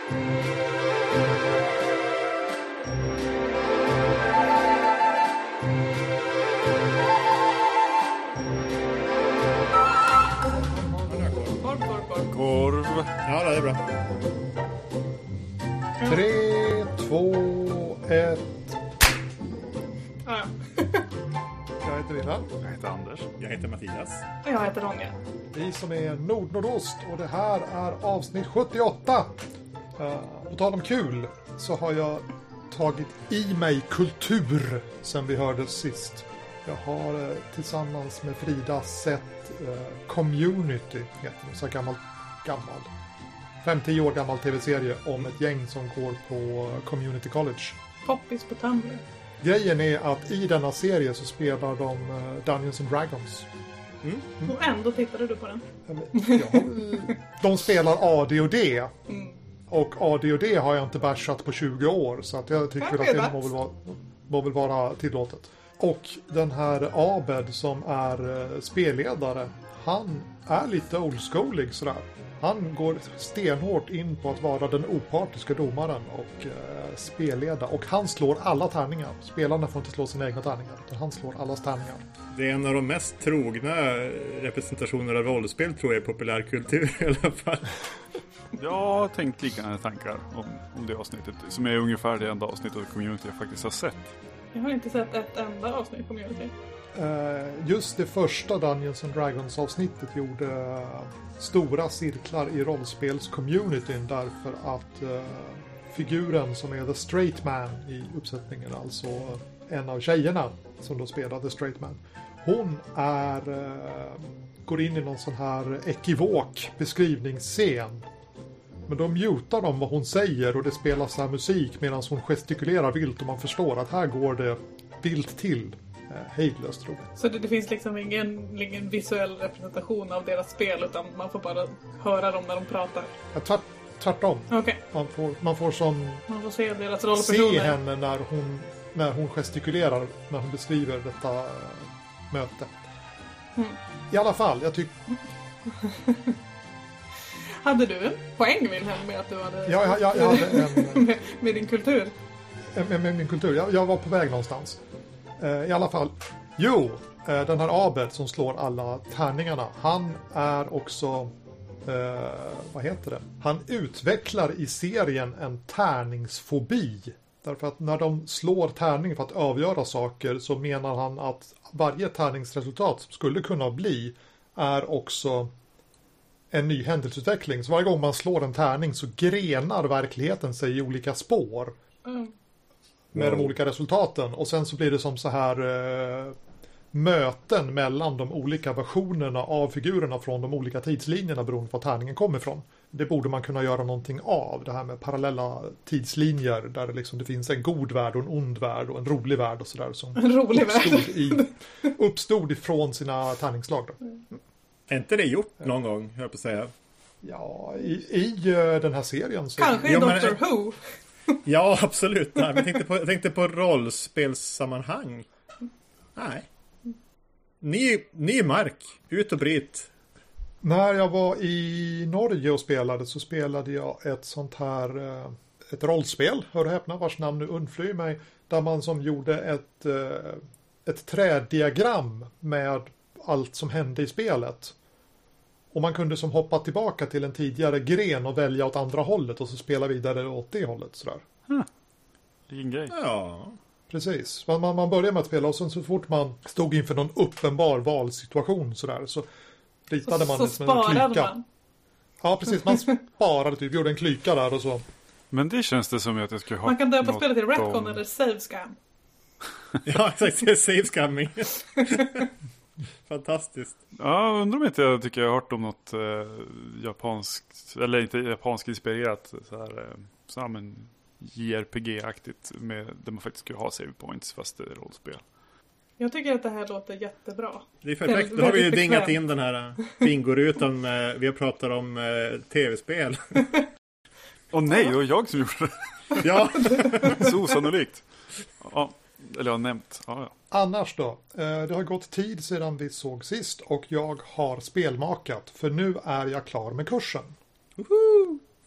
Korv. Ja, det är bra. 3, 2, 1. Ja. Jag heter Wilhelm. Jag heter Anders. Jag heter Mattias. Och jag heter Ronja. Vi som är Nordnordost och det här är avsnitt 78. På tal om kul så har jag tagit i mig kultur sen vi hördes sist. Jag har tillsammans med Frida sett Community, heter det, så gammal 5-10 år gammal tv-serie om ett gäng som går på Community College. Poppis på Tumblr. Grejen är att i denna serie så spelar de Dungeons and Dragons. Och ändå tittade du på den. Ja, de spelar AD&D. Och AD&D har jag inte bashat på 20 år. Så att jag tycker att det må väl vara tillåtet. Och den här Abed som är spelledare, han är lite oldschoolig sådär. Han går stenhårt in på att vara den opartiska domaren och spelleda. Och han slår alla tärningar. Spelarna får inte slå sina egna tärningar, utan han slår allas tärningar. Det är en av de mest trogna representationer av rollspel, tror jag, i populärkultur i alla fall. Jag har tänkt liknande tankar om det avsnittet, som är ungefär det enda avsnittet av Community jag faktiskt har sett. Jag har inte sett ett enda avsnitt Community. Just det första Dungeons and Dragons avsnittet gjorde stora cirklar i rollspelscommunityn därför att figuren som är The Straight Man i uppsättningen, alltså en av tjejerna som då spelar The Straight Man, hon går in i någon sån här ekivok beskrivningsscen. Men då mutar de vad hon säger och det spelas så här musik medan hon gestikulerar vilt och man förstår att här går det vilt till. Hejdlöst roligt. Så det finns liksom ingen visuell representation av deras spel, utan man får bara höra dem när de pratar? Ja, tvärtom. Okay. Man får se deras rollpersoner. Se henne när hon gestikulerar, när hon beskriver detta möte. I alla fall, jag tycker... Hade du en poäng, Wilhelm, med att du hade... Jag hade en... med din kultur? Med min kultur. Jag var på väg någonstans. I alla fall. Den här Abed som slår alla tärningarna. Han är också... vad heter det? Han utvecklar i serien en tärningsfobi. Därför att när de slår tärning för att avgöra saker så menar han att varje tärningsresultat som skulle kunna bli är också en ny händelseutveckling. Så varje gång man slår en tärning så grenar verkligheten sig i olika spår. Med de olika resultaten. Och sen så blir det som så här möten mellan de olika versionerna av figurerna från de olika tidslinjerna beroende på var tärningen kommer ifrån. Det borde man kunna göra någonting av. Det här med parallella tidslinjer där det finns en god värld och en ond värld och en rolig värld och sådär. Som en rolig uppstod ifrån sina tärningslag då. Är inte det gjort någon gång, jag på säga? Ja, i den här serien så... Kanske i Doctor Who. Ja, absolut. Nej, men jag tänkte på rollspelssammanhang. Nej. Ny mark. Ut och bryt. När jag var i Norge och spelade så spelade jag ett sånt här ett rollspel, hör och häpna, vars namn nu undflyr mig, där man som gjorde ett träddiagram med allt som hände i spelet. Och man kunde som hoppa tillbaka till en tidigare gren och välja åt andra hållet och så spela vidare åt det hållet. Sådär. Vilken grej. Ja. Precis. Man börjar med att spela och sen så fort man stod inför någon uppenbar valsituation sådär, så ritade man det som en klyka. Man. Ja, precis. Man sparade typ, gjorde en klyka där och så. Men det känns det som att jag skulle ha... Man kan döpa spelet till Retcon eller Save Scam. Ja, exakt. Save Scamming. Fantastiskt. Ja, undrar om inte jag tycker jag har hört om något japanskt, eller inte japanskt inspirerat så här men JRPG-aktigt där man faktiskt skulle ha save points fast det är rollspel. Jag tycker att det här låter jättebra. Det är perfekt. Då har vi ju dingat in den här bingorutan. Vi har pratat om tv-spel. Nej, det var jag som gjorde det. Ja. Så osannolikt. Ja, eller jag har nämnt. Ja. Annars då? Det har gått tid sedan vi såg sist och jag har spelmakat. För nu är jag klar med kursen. Woho!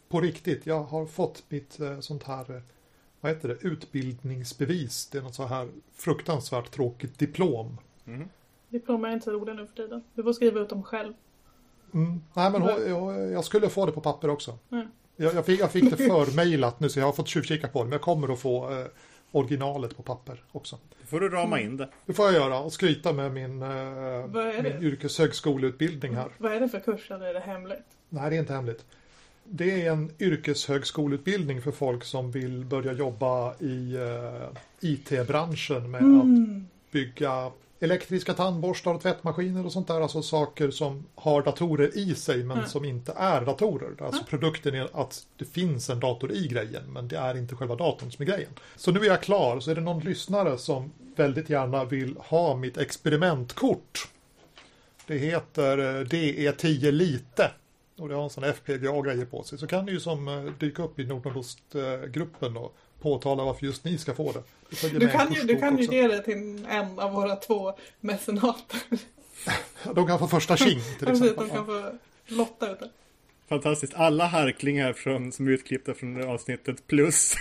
på riktigt. Jag har fått mitt sånt här, vad heter det, utbildningsbevis. Det är något så här fruktansvärt tråkigt diplom. Diplom är inte så roliga nu för tiden. Du får skriva ut dem själv. Nej, men jag skulle få det på papper också. Mm. Jag fick det förmejlat nu, så jag har fått tjuvkika på det. Men jag kommer att få originalet på papper också. Då får du rama in det. Det får jag göra och skryta med min yrkeshögskoleutbildning här. Vad är det för kurs eller är det hemligt? Nej, det är inte hemligt. Det är en yrkeshögskoleutbildning för folk som vill börja jobba i IT-branschen med att bygga elektriska tandborstar och tvättmaskiner och sånt där. Alltså saker som har datorer i sig men som inte är datorer. Alltså produkten är att det finns en dator i grejen, men det är inte själva datorn som är grejen. Så nu är jag klar. Så är det någon lyssnare som väldigt gärna vill ha mitt experimentkort. Det heter DE10 Lite. Och det har en sån FPGA-grejer på sig. Så kan ni ju som dyka upp i Nordostgruppen och påtala varför just ni ska få det. Du kan ju ge det till en av våra 2 mecenater. De kan få första tjing till exempel. De kan få lotta ut det. Fantastiskt. Alla harklingar som är utklippta från avsnittet plus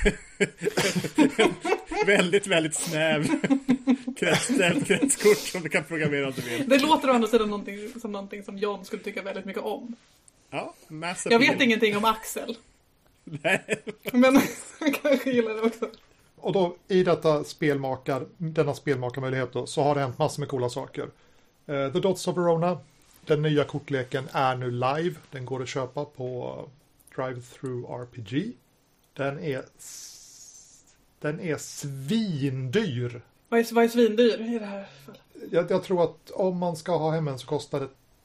väldigt, väldigt snäv kretskort som du kan programmera om du vill. Det låter å andra sidan någonting som John skulle tycka väldigt mycket om. Ja, jag vet ingenting om Axel. Nej. Men han kanske gillar det också. Och då i denna spelmakarmöjlighet då, så har det hänt massor med coola saker. The Dots of Verona, den nya kortleken är nu live. Den går att köpa på Drive-Thru RPG. Den är svindyr. Vad är svindyr i det här fallet? Jag tror att om man ska ha hem en så kostar det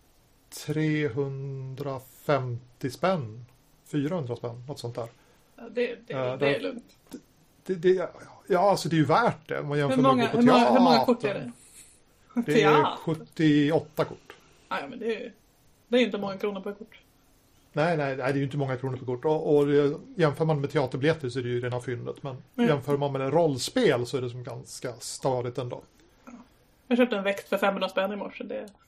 350 spänn. 400 spänn, något sånt där. Ja, det är lugnt. Alltså det är ju värt det. Om man jämför hur många kort är det? Det är 78 kort. Ja, men det är inte många kronor per kort. Nej, det är ju inte många kronor per kort. Och jämför man med teaterbiljetter så är det ju rena fyndet. Men jämför man med rollspel så är det som ganska stadigt ändå. Jag köpte en växt för 500 spänn i morse.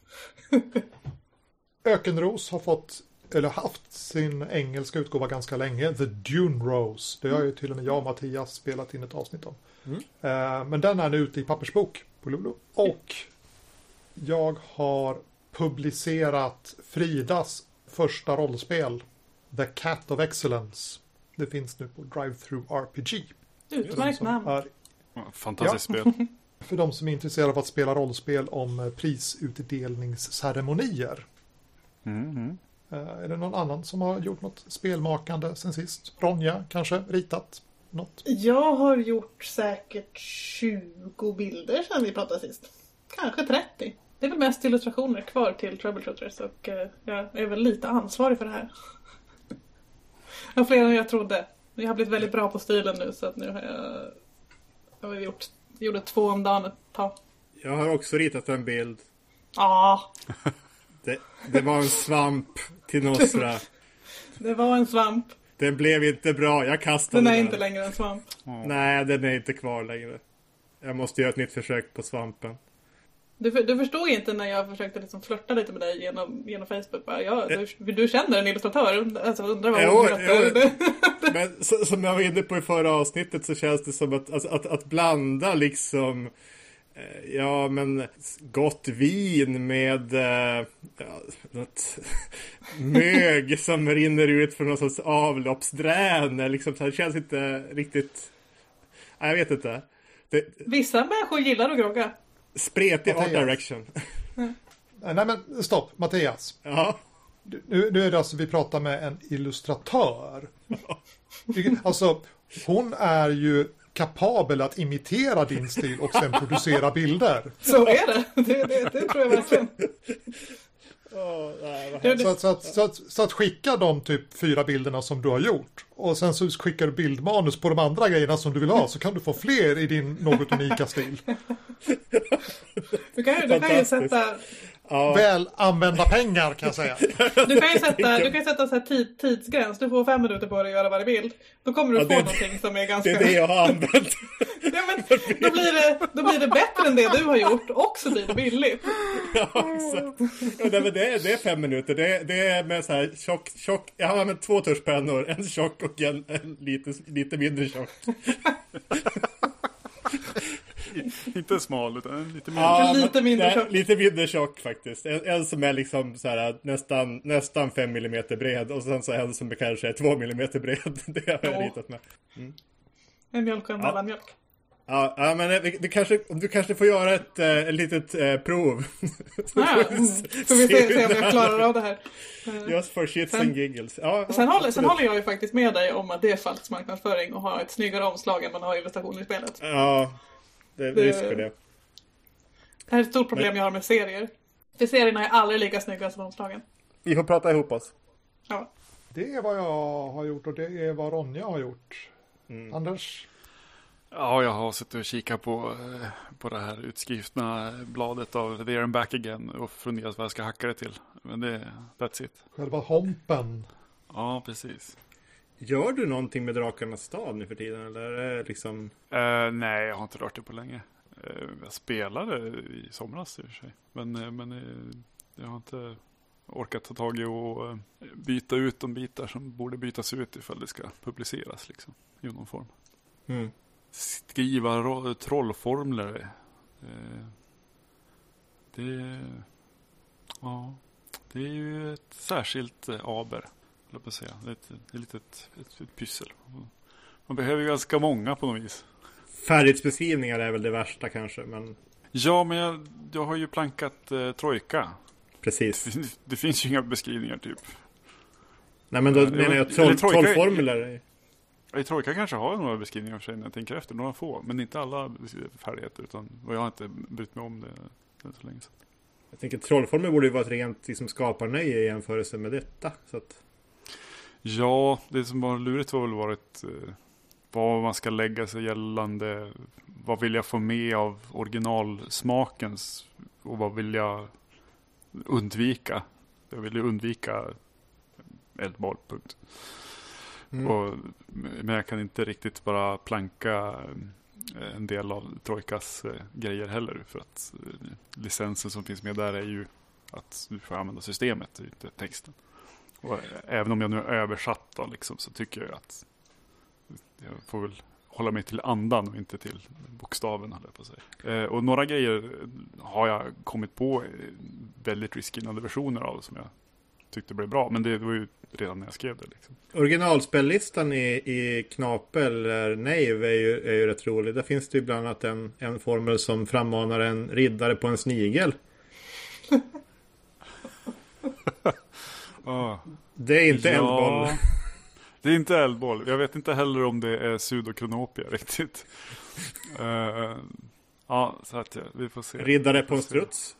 Ökenros har haft sin engelska utgåva ganska länge. The Dune Rose. Det har ju till och med jag och Mattias spelat in ett avsnitt om. Men den är nu ute i pappersbok på Lulu. Och jag har publicerat Fridas första rollspel, The Cat of Excellence. Det finns nu på Drive-Thru RPG. Utmärkt namn. Fantastiskt spel. För de som är intresserade av att spela rollspel om prisutdelningsceremonier. Är det någon annan som har gjort något spelmakande sen sist? Ronja kanske ritat något? Jag har gjort säkert 20 bilder sedan vi pratade sist. Kanske 30. Det är väl mest illustrationer kvar till Troubleshooters och jag är väl lite ansvarig för det här. Jag har fler än jag trodde. Jag har blivit väldigt bra på stilen nu så att nu har jag gjorde 2 om dagen ett tag. Jag har också ritat en bild. Ja. Det var en svamp till Nosra. Det var en svamp. Den blev inte bra, jag kastade den. Den är inte längre en svamp. Nej, den är inte kvar längre. Jag måste göra ett nytt försök på svampen. Du förstod inte när jag försökte liksom flirta lite med dig genom Facebook. Du känner en illustratör. Alltså undrar vad hon heter. Men som jag var inne på i förra avsnittet så känns det som att blanda liksom gott vin med något mög som rinner ut från någon sorts avloppsdrän. Liksom, det känns inte riktigt. Jag vet inte. Vissa människor gillar att grogga. Spretig art direction. Nej men stopp, Mattias. Ja. Nu är det alltså vi pratar med en illustratör. Alltså hon är ju kapabel att imitera din stil och sen producera bilder. Så är det. Det tror jag verkligen. Så att skicka de typ 4 bilderna som du har gjort och sen så skickar du bildmanus på de andra grejerna som du vill ha så kan du få fler i din något unika stil. Du kan ju sätta väl använda pengar kan jag säga. Du kan ju sätta så här tidsgräns. Du får 5 minuter på dig att göra varje bild. Då kommer du få någonting som är ganska... Det är det jag har använt. Ja, men då blir det bättre än det du har gjort och så blir det billigt. Ja, exakt. Ja, det är 5 minuter. Det är med så här tjock. Jag har använt 2 tuschpennor. En tjock och en lite mindre tjock. Inte smal utan lite mindre. Ja, lite mindre tjock. Lite mindre tjock faktiskt. En som är liksom så här nästan 5 mm bred. Och sen så en som kanske är 2 mm bred. Det har jag ritat med. En mjölk och en mellanmjölk. Ja, men du kanske får göra ett litet prov. Ja, får vi se om jag klarar av det här. Just for shits and giggles. Ja, sen håller jag ju faktiskt med dig om att det är falsk marknadsföring och ha ett snyggare omslag än man har illustrationer i spelet. Ja, det är risk för det. Det här är ett stort problem jag har med serier. För serierna är aldrig lika snygga som omslagen. Vi får prata ihop oss. Ja. Det är vad jag har gjort och det är vad Ronja har gjort. Anders? Ja, jag har suttit och kikat på det här utskrivna bladet av There and Back Again och funderat vad jag ska hacka det till. Men that's it. Själva hompen. Ja, precis. Gör du någonting med Drakarnas stad nu för tiden? Eller är det liksom... Nej, jag har inte rört det på länge. Jag spelade i somras i och för sig. Men jag har inte orkat ta tag i och byta ut de bitar som borde bytas ut ifall det ska publiceras liksom, i någon form. Skriva trollformler. Det är ju ett särskilt aber, låt mig säga. Det är lite ett pyssel. Man behöver ju ganska många på något vis. Färdighetsbeskrivningar är väl det värsta kanske, men... Ja, men jag har ju plankat trojka. Precis. Det finns ju inga beskrivningar typ. Nej, men då menar jag trollformler. I trojka kanske har några beskrivningar för sig när jag tänker efter, några få. Men inte alla färdigheter, och jag har inte brytt mig om det så länge sedan. Jag tänker trollformler borde ju vara ett rent liksom, skaparnöje i jämförelse med detta. Så att... Ja, det som var lurigt var väl varit vad man ska lägga sig gällande. Vad vill jag få med av originalsmakens och vad vill jag undvika? Jag vill ju undvika eldboll, punkt. Men jag kan inte riktigt bara planka en del av Trojkas grejer heller, för att licensen som finns med där är ju att du får använda systemet, inte texten. Och även om jag nu är översatt då, liksom, så tycker jag att jag får väl hålla mig till andan och inte till bokstaven, höll jag på att säga. Och några grejer har jag kommit på väldigt riskande versioner av som jag tyckte blev bra, men det var ju redan när jag skrev det liksom. Originalspellistan i Knape eller Nave är ju rätt rolig. Där finns det ju bland annat en formel som frammanar en riddare på en snigel. Det är inte eldboll. Det är inte eldboll. Jag vet inte heller om det är pseudokronopia riktigt. Så att vi får se. Riddare på en struts.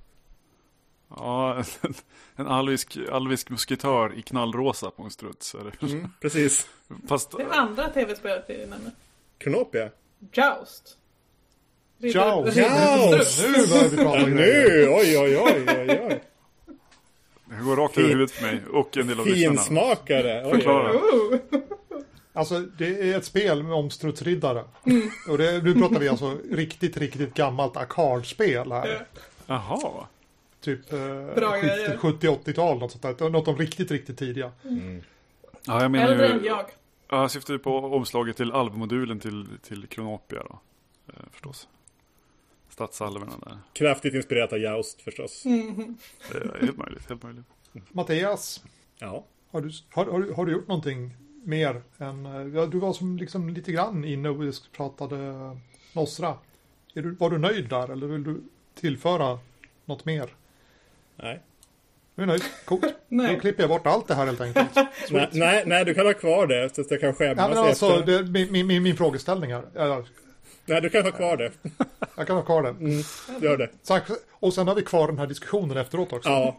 Ja, en alvisk musketör i knallrosa på en struts. Precis. Fast, det är andra tv-spelet i nämligen. Knopia? Joust. Joust! Nu börjar vi prata nu! Oj. Det går rakt över huvudet på mig och en del av lyssnarna. Finsmakare! Förklara. Alltså, det är ett spel om strutsriddare. Och nu pratar vi alltså riktigt gammalt arkadspel här. Jaha. Typ 70-80-tal, något sånt där. Något av riktigt tidiga. Ja, jag menar äldre än jag. Ja, jag syftar ju på omslaget till alvmodulen till Kronopia då. Förstås. Stadsalverna där. Kraftigt inspirerat av Joust förstås. Helt möjligt. Mattias? Ja. Har du gjort någonting mer än... Ja, du var som liksom lite grann inne och pratade Nosra. Var du nöjd där eller vill du tillföra något mer? Nej. Du är nöjd? Coolt. Nej. Då klipper jag bort allt det här helt enkelt. Nej, du kan ha kvar det så att jag kan skämmas. Ja, men alltså, min frågeställning här. Nej, du kan ha kvar det. Jag kan ha kvar det. Gör det. Och sen har vi kvar den här diskussionen efteråt också. Ja.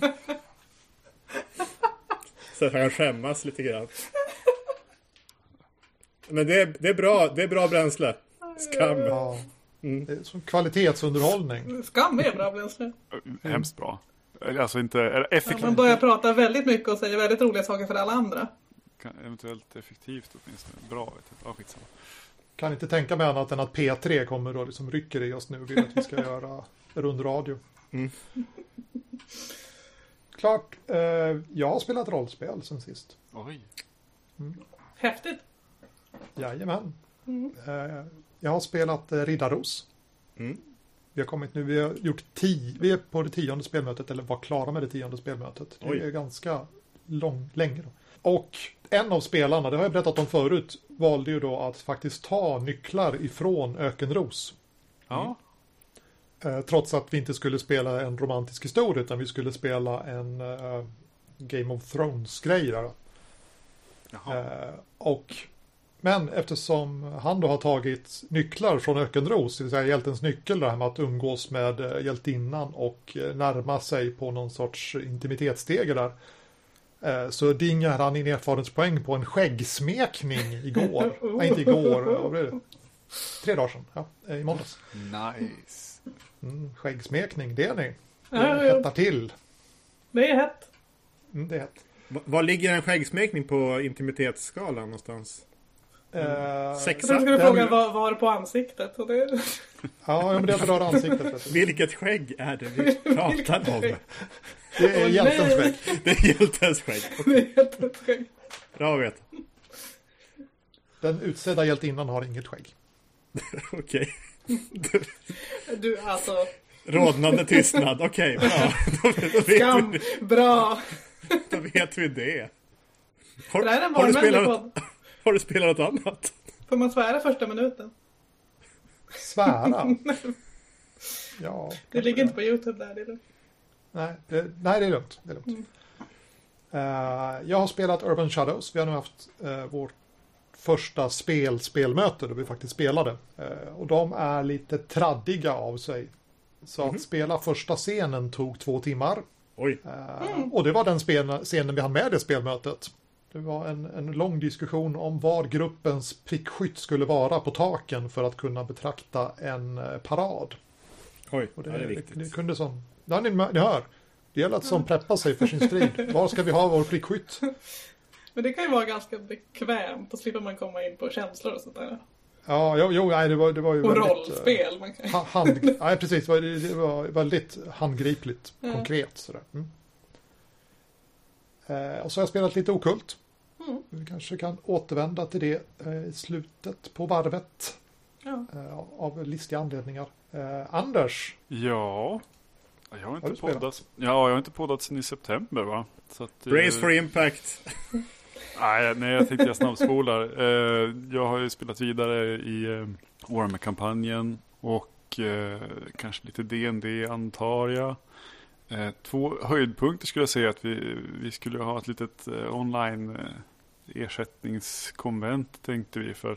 Så att jag kan skämmas lite grann. Men det är bra bränsle. Skam. Ja. Det är som kvalitetsunderhållning. Skam är bra bränsle. Hemskt bra. Alltså inte effektivt. Man börjar prata väldigt mycket och säger väldigt roliga saker för alla andra. Eventuellt effektivt åtminstone. Bra, vet jag. Ja, skitsamma. kan inte tänka mig annat än att P3 kommer och liksom rycker i oss nu och vill att vi ska göra rundradio. Klart, jag har spelat rollspel sen sist. Oj. Häftigt. Jajamän. Jag har spelat Riddarros. Vi har kommit nu, vi har gjort vi är på det 10:e spelmötet, eller var klara med det 10:e spelmötet. Det är ganska länge då. Och en av spelarna, det har jag berättat om förut, valde ju då att faktiskt ta nycklar ifrån Ökenros. Ja. Trots att vi inte skulle spela en romantisk historia, utan vi skulle spela en Game of Thrones-grej där. Men eftersom han då har tagit nycklar från Ökenros, det vill säga hjältens nyckel, det här med att umgås med hjältinnan och närma sig på någon sorts intimitetsstege där, så dingade han in erfarenhetspoäng på en skäggsmekning igår. Nej, inte igår, vad blev det? 3 dagar sedan, ja, i måndags. Nice. Skäggsmekning, det är ni. Det hettar till. Det är hett. Det är hett. Var ligger en skäggsmekning på intimitetsskalan någonstans? 6. Jag skulle fråga vad var det på ansiktet? Och det... Ja, men det berör ansiktet. Vilket skägg är det vi pratar om? Det är hjältens skägg. Det är hjältens skägg. Det är hjältens skägg. Bra vet. Den utsedda hjältinnan har inget skägg. Okej. Du, alltså... Rodnande tystnad. Okej, bra. Skam, bra. Då vet vi det. Det här är en barnvänlig podd. Har du spelat något annat? Får man svära första minuten? Svära? Ja. Det ligger inte på YouTube där, det är lugnt. Nej, det är lugnt. Det är lugnt. Jag har spelat Urban Shadows. Vi har nu haft vårt första spelmöte då vi faktiskt spelade. Och de är lite traddiga av sig. Så att spela första scenen tog 2 timmar. Oj. Och det var den scenen vi hann med det spelmötet. Det var en lång diskussion om var gruppens prickskytt skulle vara på taken för att kunna betrakta en parad. Oj, och det är viktigt. Det kunde som... Ja, ni hör. Det gäller att som preppa sig för sin strid. Var ska vi ha vår prickskytt? Men det kan ju vara ganska bekvämt. Då slipper man komma in på känslor och sånt där. Ja, nej, det var ju och väldigt... rollspel. Man kan... nej, precis. Det var väldigt handgripligt, konkret. Sådär. Och så har jag spelat lite okult. Vi kanske kan återvända till det i slutet på varvet. Ja. Av listiga anledningar. Anders? Ja, jag har inte poddat sedan i september, va? Så att, Brace for impact. Nej, jag tänkte jag snabbspolar. Jag har ju spelat vidare i Warhammer-kampanjen och kanske lite D&D antar jag. 2 höjdpunkter skulle jag säga att vi skulle ha ett litet online ersättningskonvent tänkte vi för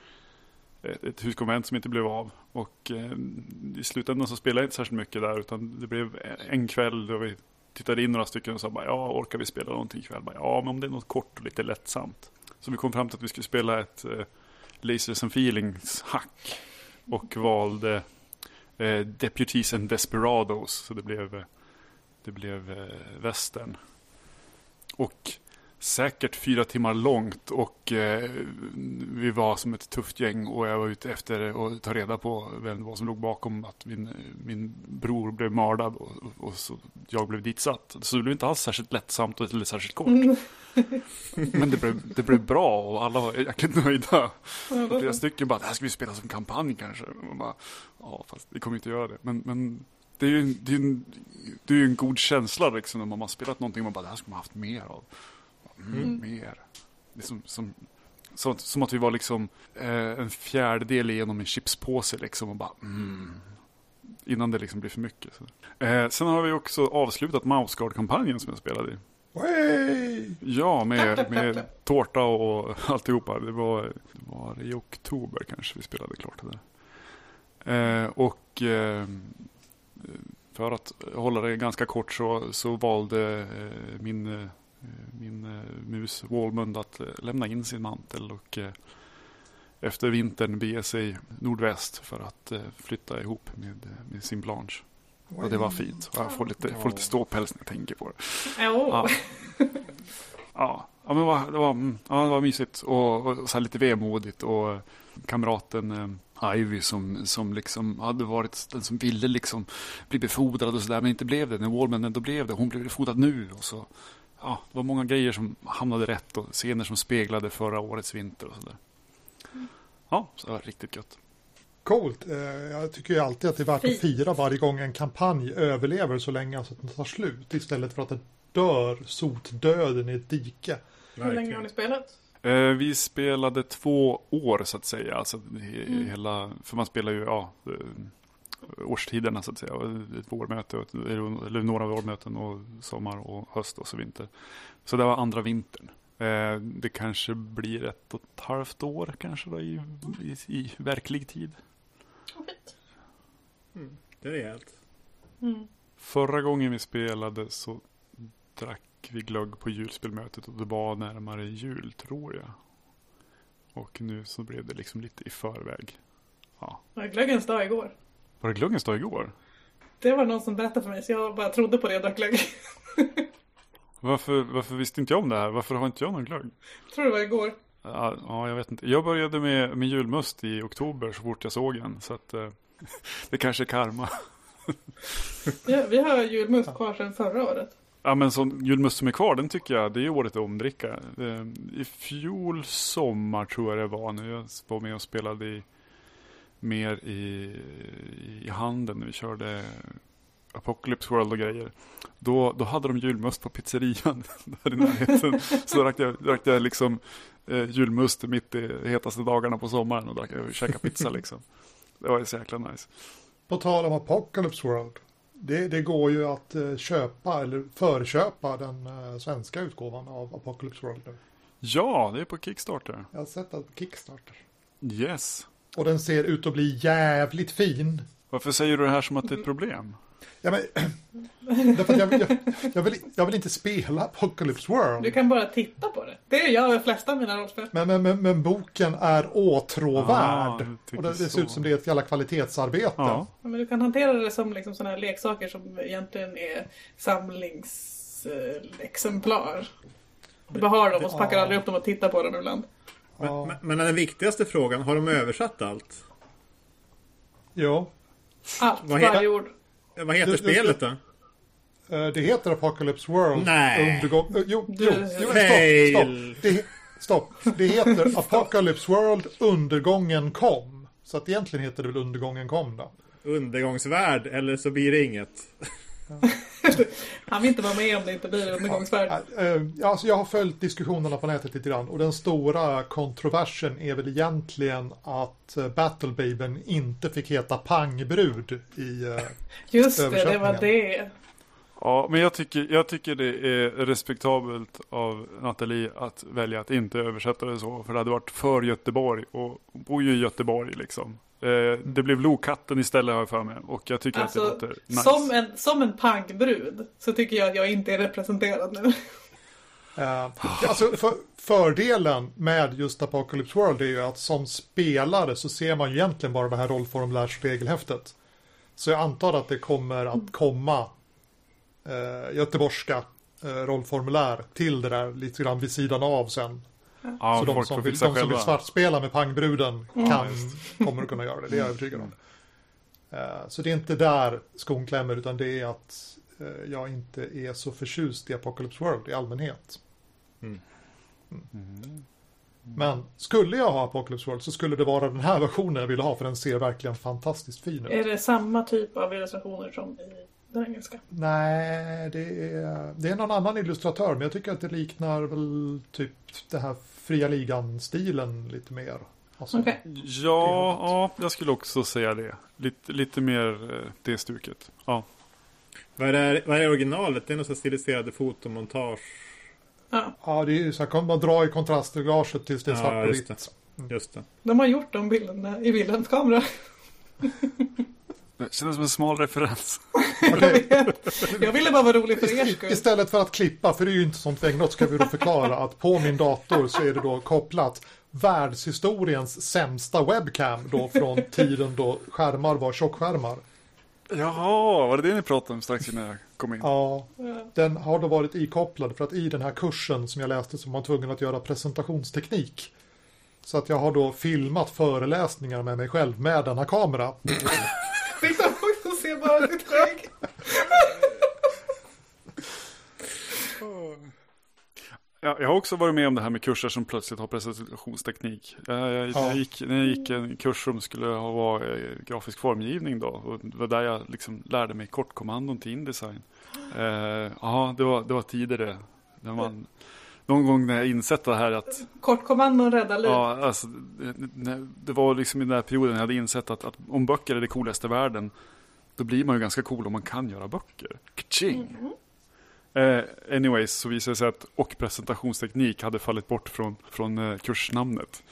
ett huskonvent som inte blev av. Och i slutändan så spelade jag inte särskilt mycket där, utan det blev en kväll då vi tittade in några stycken och sa bara, ja, orkar vi spela någonting ikväll? Bara, ja, men om det är något kort och lite lättsamt. Så vi kom fram till att vi skulle spela ett Lasers and Feelings hack och valde Deputies and Desperados, så det blev västern. Och säkert 4 timmar långt och vi var som ett tufft gäng och jag var ute efter att ta reda på vem det var som låg bakom att min bror blev mördad och så jag blev ditsatt. Så det blev inte alls särskilt lättsamt eller särskilt kort. Men det blev bra och alla var jäkligt nöjda. Och flera stycken bara, det här ska vi spela som kampanj kanske. Och bara, ja, fast vi kommer inte göra det. Men det är ju en god känsla liksom, när man har spelat någonting och man bara, det här ska man ha haft mer av. Mer. Det är som att vi var liksom en fjärdedel igenom en chipspåse liksom och bara innan det liksom blir för mycket. Så. Sen har vi också avslutat Mouseguard-kampanjen som jag spelade i. Hey! Ja, med tårta och alltihopa. Det var i oktober kanske vi spelade klart det där. Och för att hålla det ganska kort så valde min mus Walmund att lämna in sin mantel och efter vintern bege sig nordväst för att flytta ihop med sin Blanche. Och det var fint. Jag får lite ståpäls när jag tänker på det. Ja. Ja, Ja, men det var mysigt och så här lite vemodigt och kamraten Ivy som liksom hade varit den som ville liksom bli befordrad och sådär, men inte blev det. När Wallman ändå blev det, hon blev befordrad nu och så, ja, det var många grejer som hamnade rätt och scener som speglade förra årets vinter och sådär. Ja, så det var riktigt gött. Coolt. Jag tycker ju alltid att det är värt att fira varje gång en kampanj överlever så länge så att den tar slut istället för att den dör sotdöden i ett dike. Hur länge har ni spelat? Vi spelade 2 år så att säga. Alltså, hela, för man spelar ju årstiderna så att säga. Ett vårmöte, eller några vårmöten och sommar och höst och så vinter. Så det var andra vintern. Det kanske blir 1,5 år kanske då, i verklig tid. Fint. Det är rejält. Förra gången vi spelade så drack vi glögg på julspelmötet och det var närmare jul tror jag. Och nu så blev det liksom lite i förväg. Ja. Var det glöggens dag igår? Var det glöggens dag igår? Det var någon som berättade för mig så jag bara trodde på det och drack glögg. Varför visste inte jag om det här? Varför har inte jag någon glögg? Jag tror det var igår. Ja, jag vet inte. Jag började med julmust i oktober så fort jag såg den. Så att det kanske är karma. Ja, vi har julmust kvar sedan förra året. Ja, men sån julmust som är kvar, den tycker jag, det är året att omdricka. I fjol sommar tror jag det var, när jag var med och spelade mer i handeln när vi körde Apocalypse World och grejer. Då hade de julmust på pizzerian där i närheten. Så drack jag liksom julmust mitt i hetaste dagarna på sommaren och käkade pizza liksom. Det var ju så jäkla nice. På tal om Apocalypse World. Det går ju att köpa eller förköpa den svenska utgåvan av Apocalypse World nu. Ja, det är på Kickstarter. Jag har sett det på Kickstarter. Yes. Och den ser ut att bli jävligt fin. Varför säger du det här som att det är ett problem? Ja, men, därför att jag vill inte spela Apocalypse World. Du kan bara titta på det. Det är jag de flesta av mina rollspel. Men boken är åtråvärd. Och det ser ut som det är ett jävla kvalitetsarbete. Ja, men du kan hantera det som liksom såna här leksaker som egentligen är samlingsexemplar. Du bara har dem och så packar aldrig upp dem och tittar på dem ibland. Men den viktigaste frågan, har de översatt allt? Jo. Allt, varje ord. Vad heter spelet då? Det heter Apocalypse World. Nej. Stopp. Det heter Apocalypse World Undergången kom. Så att egentligen heter det väl Undergången kom då. Undergångsvärld, eller så blir det inget. Han vill inte vara med om det inte blir undergångsvärld. Alltså jag har följt diskussionerna på nätet lite grann. Och den stora kontroversen är väl egentligen att Battlebabyn inte fick heta Pangbrud i just det var det. Ja, men jag tycker det är respektabelt av Nathalie att välja att inte översätta det så. För det hade varit för Göteborg. Och hon bor ju i Göteborg liksom. Det blev Lokatten istället har jag för mig. Och jag tycker alltså, att det låter nice. Som en pangbrud så tycker jag att jag inte är representerad nu. Alltså fördelen med just Apocalypse World är ju att som spelare så ser man ju egentligen bara det här rollformulärsregelhäftet. Så jag antar att det kommer att komma göteborgska rollformulär till det där lite grann vid sidan av sen. Ja, så de som vill svartspela med pangbruden kommer att kunna göra det. Det är jag övertygad om. Så det är inte där skon klämmer utan det är att jag inte är så förtjust i Apocalypse World i allmänhet. Men skulle jag ha Apocalypse World så skulle det vara den här versionen jag ville ha för den ser verkligen fantastiskt fin ut. Är det samma typ av illustrationer som i den engelska? Nej, det är någon annan illustratör men jag tycker att det liknar väl typ det här fria ligan-stilen lite mer. Alltså, okay. Ja, jag skulle också säga det. Lite mer det stuket. Ja. Vad är originalet? Det är något stiliserade fotomontage. Ja, det är så här, kan man dra i kontrastreglaget tills det är svart och vitt. Just det. De har gjort de bilderna i Wilhelms kamera. Det känns som en smal referens. Okay. Jag ville bara vara rolig för er skull. Istället för att klippa, för det är ju inte sånt vägnåt, ska vi då förklara att på min dator så är det då kopplat världshistoriens sämsta webcam då från tiden då skärmar var tjockskärmar. Jaha, var det ni pratade om strax innan jag kom in? Ja, den har då varit ikopplad för att i den här kursen som jag läste så var man tvungen att göra presentationsteknik. Så att jag har då filmat föreläsningar med mig själv med denna kamera. Fick man också se bara sitt skägg? Ja, jag har också varit med om det här med kurser som plötsligt har presentationsteknik. När jag gick en kurs som skulle vara grafisk formgivning då. Och det var där jag liksom lärde mig kortkommandon till InDesign. Det var tidigare. När man, någon gång när jag insett det här att... Kortkommandon räddar liv. Ja, alltså, det var liksom i den här perioden jag hade insett att om böcker är det coolaste i världen, då blir man ju ganska cool om man kan göra böcker. Ka-ching! Anyways, så visade det sig att presentationsteknik hade fallit bort från kursnamnet.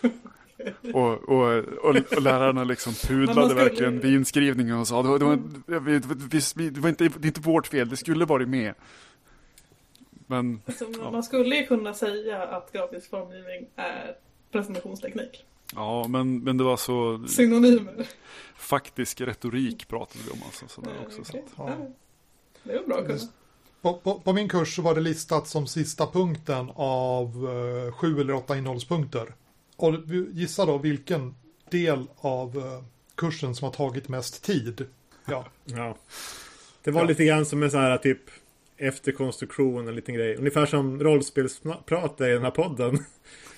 och lärarna liksom pudlade verkligen vid inskrivningen och sa det var inte vårt fel, det skulle varit med. Men, alltså, man skulle ju kunna säga att grafisk formgivning är presentationsteknik. Ja, men det var så... Synonymer. Faktisk retorik pratade vi om alltså, sådär också. Okay. Så att, det är bra att kunna. På min kurs så var det listat som sista punkten av 7 eller 8 innehållspunkter. Och gissa då vilken del av kursen som har tagit mest tid. Ja. Det var lite grann som en sån här typ efterkonstruktion, en liten grej. Ungefär som rollspelsprat i den här podden.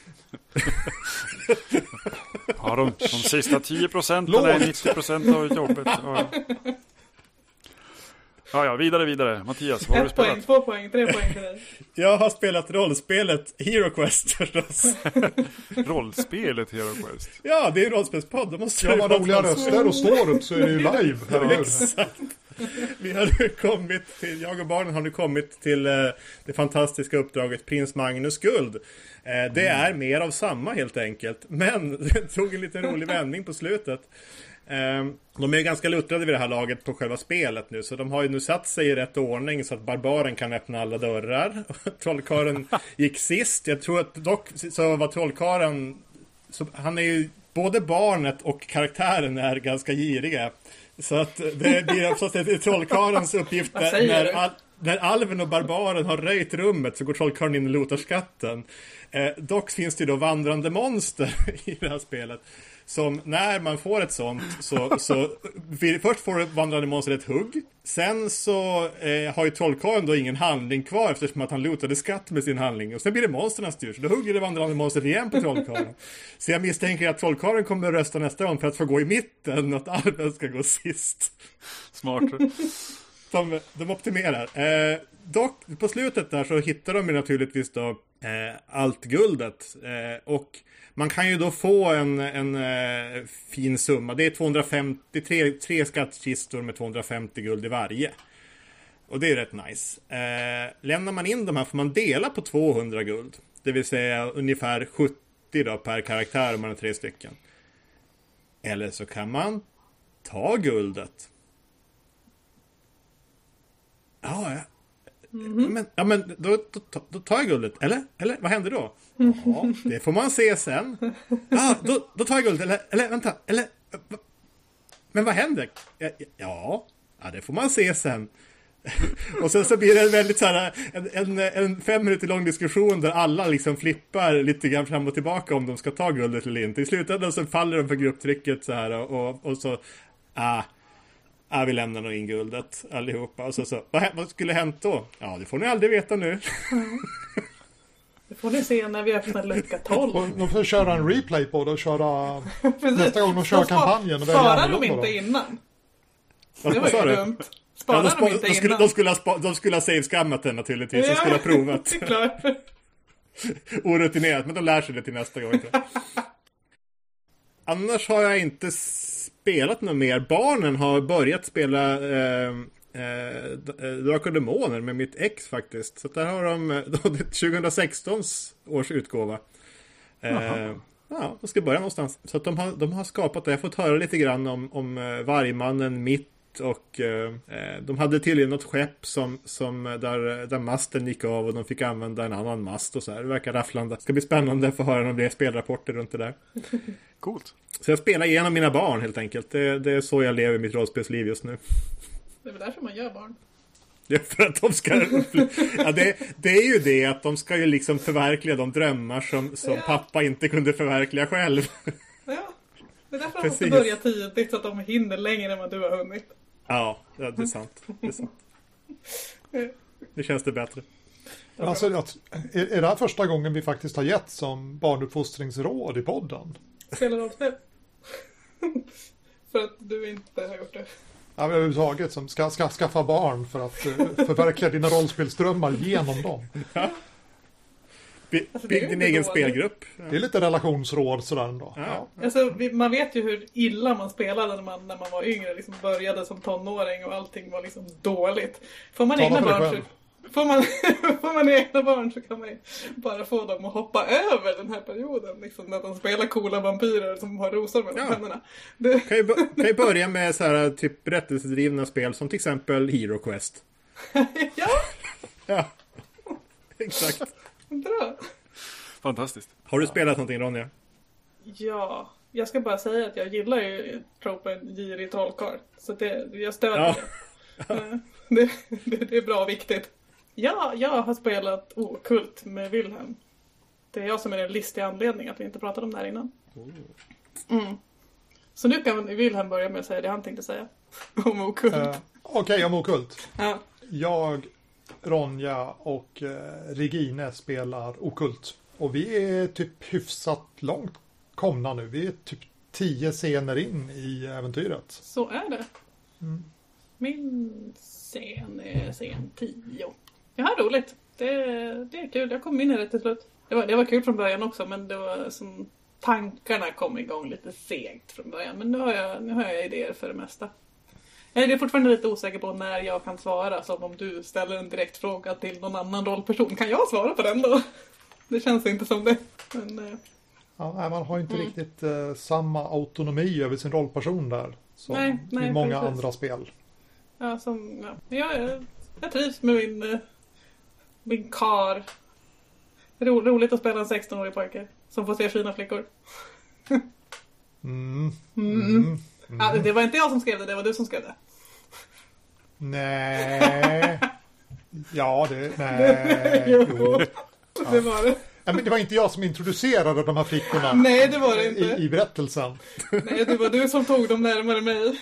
Ja, de sista 10% är 90% av jobbet. Ja, vidare. Mattias, vad har du spelat? 1 poäng, 2 poäng, 3 poäng till dig. Jag har spelat rollspelet Hero Quest förstås. Rollspelet Hero Quest? Ja, det är en rollspelspodd. De måste man roliga röster och står upp så är det ju live. Exakt. Vi har nu kommit till, jag och barnen har nu kommit till det fantastiska uppdraget Prins Magnus guld. Det är mer av samma helt enkelt. Men det tog en liten rolig vändning på slutet. De är ganska luttrade vid det här laget på själva spelet nu. Så de har ju nu satt sig i rätt ordning så att barbaren kan öppna alla dörrar. Trollkaren gick sist. Jag tror att dock så var trollkaren... Så han är ju... Både barnet och karaktären är ganska giriga. Så att det blir absolut trollkarens uppgift när alven och barbaren har röjt rummet så går trollkarlen in och lotar skatten. Dock finns det ju då vandrande monster i det här spelet. Som när man får ett sånt så först får det vandrande monster ett hugg. Sen så har ju trollkarlen då ingen handling kvar eftersom att han lotade skatt med sin handling. Och sen blir det monsterna styr. Så då hugger det vandrande monster igen på trollkarlen. Så jag misstänker att trollkarlen kommer att rösta nästa gång för att få gå i mitten och att alven ska gå sist. Smart. De optimerar. Dock på slutet där så hittar de ju naturligtvis då allt guldet. Och man kan ju då få en fin summa. Det är 253 skattkistor med 250 guld i varje. Och det är rätt nice. Lämnar man in de här får man dela på 200 guld. Det vill säga ungefär 70 då per karaktär om man är 3 stycken. Eller så kan man ta guldet. Men då tar jag guldet. Eller vad händer då? Ja, det får man se sen. Då tar jag guldet. Eller vänta. Men vad händer? Ja, det får man se sen. Och sen så blir det en väldigt så här en 5 minuter lång diskussion där alla liksom flippar lite grann fram och tillbaka om de ska ta guldet eller inte. I slutändan så faller de för grupptrycket så här och så vi lämnar nog in guldet allihopa. Och så vad skulle hänt då? Ja, det får ni aldrig veta nu. Det får ni se när vi öppnar lucka 12. De får köra en replay på det och köra nästa gång de kör kampanjen. Sparar de inte innan? Det var ju dumt. Sparar de inte innan? De skulle ha save-skammat den naturligtvis. De skulle ha provat. Det är klart. Orutinerat, men de lär sig det till nästa gång. Annars har jag inte spelat något mer. Barnen har börjat spela Drakar och Demoner med mitt ex faktiskt. Så där har de 2016 års utgåva. De ska börja någonstans. Så att de har skapat det. Jag har fått höra lite grann om Vargmannen, Mitt ut och de hade tydligen något skepp där masten gick av och de fick använda en annan mast och så här. Det verkar rafflande. Det ska bli spännande att få höra några spelrapporter runt det där. Coolt. Så jag spelar igenom mina barn helt enkelt. Det är så jag lever mitt rollspelsliv just nu. Det är väl därför man gör barn. Ja, för att de ska... ja, det är ju det att de ska ju liksom förverkliga de drömmar som pappa inte kunde förverkliga själv. Ja, det är därför de måste börja tidigt så att de hinner längre än vad du har hunnit. Ja, det är sant. Det känns det bättre. Alltså, är det här första gången vi faktiskt har gett som barnuppfostringsråd i podden? Spelar rollspel? För att du inte har gjort det. Ja, men överhuvudtaget som ska skaffa barn för att förverkliga dina rollspelsdrömmar genom dem. Ja. Alltså, Bygg din egen spelgrupp. Det är lite relationsråd sådär ändå. Ja. Alltså, man vet ju hur illa man spelade när man var yngre. Liksom började som tonåring och allting var liksom dåligt. Får man egna barn så... Får man egna barn så kan man ju bara få dem att hoppa över den här perioden. Liksom, när de spelar coola vampyrer som har rosor mellan tänderna. Kan ju börja med så här typ berättelsedrivna spel som till exempel Hero Quest. Ja, exakt. Bra. Fantastiskt. Har du spelat någonting, Ronja? Ja, jag ska bara säga att jag gillar ju tropen girig trollkarl. Så jag stödjer det. Det är bra och viktigt. Ja, jag har spelat Okult med Wilhelm. Det är jag som är den listiga anledningen att vi inte pratade om det här innan. Så nu kan Wilhelm börja med att säga det han tänkte säga om Okult. Okej, om Okult. Ja. Jag, Ronja och Regine spelar Okult. Och vi är typ hyfsat långt komna nu. Vi är typ 10 scener in i äventyret. Så är det. Min scen är scen 10. Jag har roligt. Det är kul. Jag kom in i det till slut. Det var kul från början också, men det var som tankarna kom igång lite segt från början. Men nu har jag idéer för det mesta. Jag är fortfarande lite osäker på när jag kan svara. Som om du ställer en direkt fråga till någon annan rollperson. Kan jag svara på den då? Det känns inte som det. Men, ja, man har inte riktigt samma autonomi över sin rollperson där. Som i många andra spel. Ja, jag trivs med min kar. Roligt att spela en 16-årig pojke som får se fina flickor. Ja, det var inte jag som skrev det var du som skrev det. Nej. Nej. Jo. Det var det. Ja, men det var inte jag som introducerade de här flickorna. Nej, det var det inte. I berättelsen. Nej, det var du som tog dem närmare mig.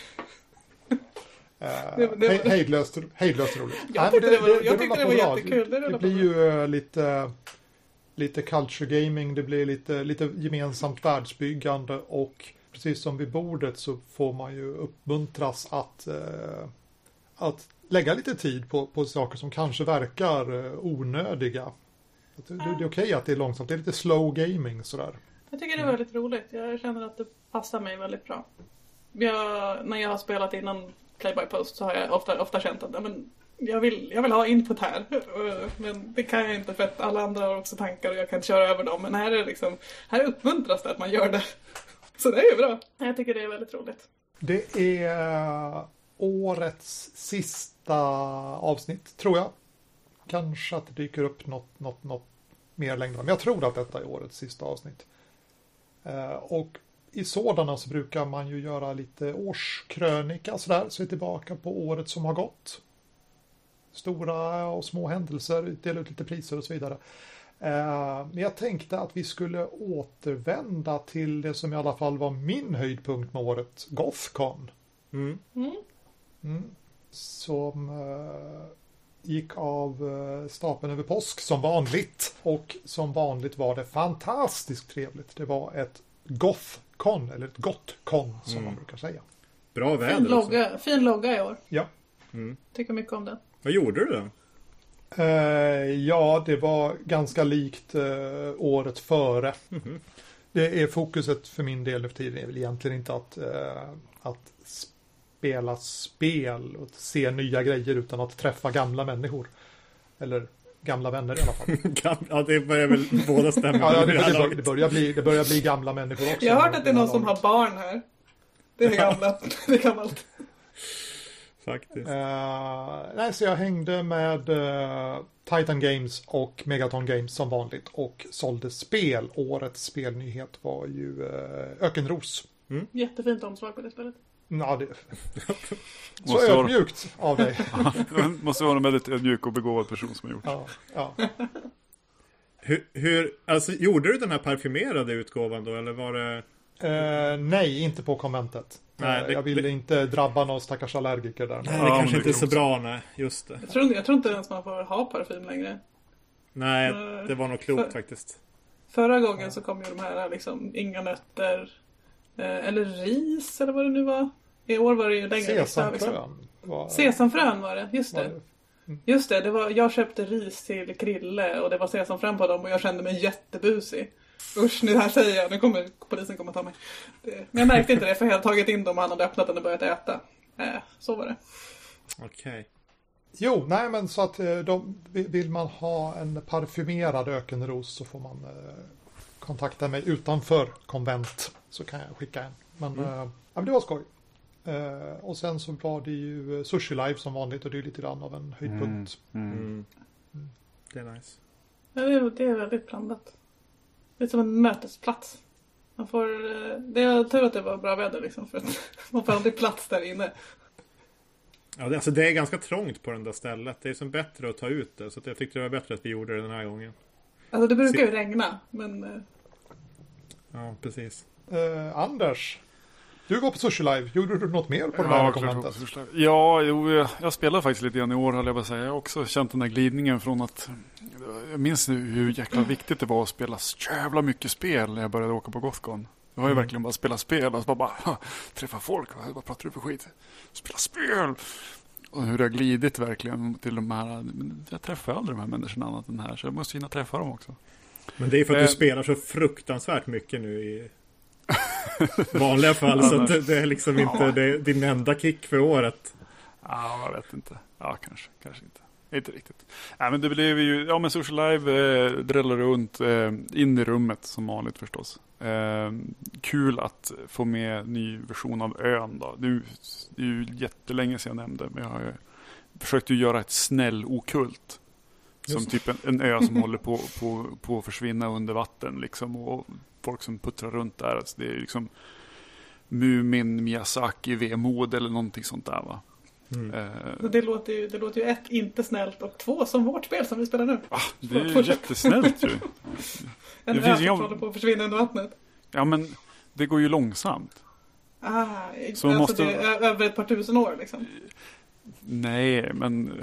Hejdlöst roligt. Jag tyckte det var jättekul. Det blir ju lite culture gaming, det blir lite gemensamt världsbyggande och precis som vid bordet så får man ju uppmuntras att lägga lite tid på saker som kanske verkar onödiga. Det är okej att det är långsamt, det är lite slow gaming sådär. Jag tycker det är väldigt roligt. Jag känner att det passar mig väldigt bra. När jag har spelat innan Play by Post så har jag ofta känt att jag vill ha input här. Men det kan jag inte för att alla andra har också tankar och jag kan köra över dem. Men här uppmuntras det att man gör det. Så det är ju bra. Jag tycker det är väldigt roligt. Det är årets sista avsnitt, tror jag. Kanske att det dyker upp något mer längre. Men jag tror att detta är årets sista avsnitt. Och i sådana så brukar man ju göra lite årskrönika sådär. Så är tillbaka på året som har gått. Stora och små händelser, dela ut lite priser och så vidare. Men jag tänkte att vi skulle återvända till det som i alla fall var min höjdpunkt med året, Gothcon. Som gick av stapeln över påsk som vanligt. Och som vanligt var det fantastiskt trevligt. Det var ett Gothcon, eller ett Gotcon som man brukar säga. Bra väder fin logga i år. Ja. Tycker mycket om den. Vad gjorde du då? Ja, det var ganska likt året före. Det är fokuset för min del för tiden är väl egentligen inte att spela spel och se nya grejer utan att träffa gamla människor. Eller gamla vänner i alla fall. Ja, det börjar väl båda stämma. Ja, det börjar bli gamla människor också. Jag har hört att det är någon som har barn här. Det är gammalt. Faktiskt. Nej, så jag hängde med Titan Games och Megaton Games som vanligt och sålde spel. Årets spelnyhet var ju Ökenros. Jättefint omslag på det spelet. Ja, det... Så ödmjukt av dig. Måste vara en väldigt ödmjuk och begåvad person som har gjort. Ja. Alltså, gjorde du den här parfymerade utgåvan då, eller var det... Nej, inte på konventet. Nej, jag ville inte drabba någon stackars allergiker där. Nej, det kanske inte är så bra, nej. Just det. Jag tror inte ens man får ha parfym längre. Nej, det var nog klokt faktiskt. Förra gången så kom ju de här liksom, inga nötter, eller ris, eller vad det nu var. I år var det ju längre lista. Sesamfrön var det, just det. Just det, jag köpte ris till Krille och det var sesamfrön på dem och jag kände mig jättebusig. Usch, nu här säger jag, nu kommer polisen komma ta mig. Men jag märkte inte det för jag hade tagit in dem och han hade öppnat den och börjat äta. Så var det. Okej. Jo, nej men så att vill man ha en parfymerad ökenros så får man kontakta mig utanför konvent så kan jag skicka en. Men det var skoj. Och sen så var det ju Sushi Live som vanligt och det är lite grann av en höjdpunkt. Det är nice. Ja, det är väldigt blandat. Det är som en mötesplats. Man får, det är tur att det var bra väder liksom, för att man får aldrig plats där inne. Ja, det är ganska trångt på den där stället. Det är som bättre att ta ut det. Så att jag tyckte det var bättre att vi gjorde det den här gången. Alltså det brukar ju regna, men... Ja, precis. Anders, du var på Sushi Live. Gjorde du något mer på det här konventet? Ja, jag spelar faktiskt lite grann i år, höll jag bara säga. Jag har också känt den här glidningen från att... Jag minns nu hur jäkla viktigt det var att spela så jävla mycket spel när jag började åka på Gothcon. Det var ju verkligen bara spela spel och så bara träffa folk. Vad pratar du för skit? Spela spel! Och hur det har glidit verkligen till de här... Jag träffar aldrig de här människorna annat än här, så jag måste hinna träffa dem också. Men det är för att du spelar så fruktansvärt mycket nu i vanliga fall, så att det är liksom inte din enda kick för året. Ja, jag vet inte. Ja, kanske inte. Inte riktigt. Nej, men det blev ju... Ja, men Social Live drällar runt in i rummet som vanligt förstås. Kul att få med ny version av ön då. Det är ju jättelänge sedan jag nämnde, men jag har försökt ju göra ett snäll okult. Som typ en ö som håller på att försvinna under vatten liksom, och folk som puttrar runt där. Alltså, det är liksom Mumin, Miyazaki, vemod eller någonting sånt där, va? Det låter ju ett inte snällt och två som vårt spel som vi spelar nu. Det är ju jättesnällt ju. En ö som håller på att försvinna under vattnet. Ja, men det går ju långsamt. Så alltså måste... det är över ett par tusen år liksom. Nej, men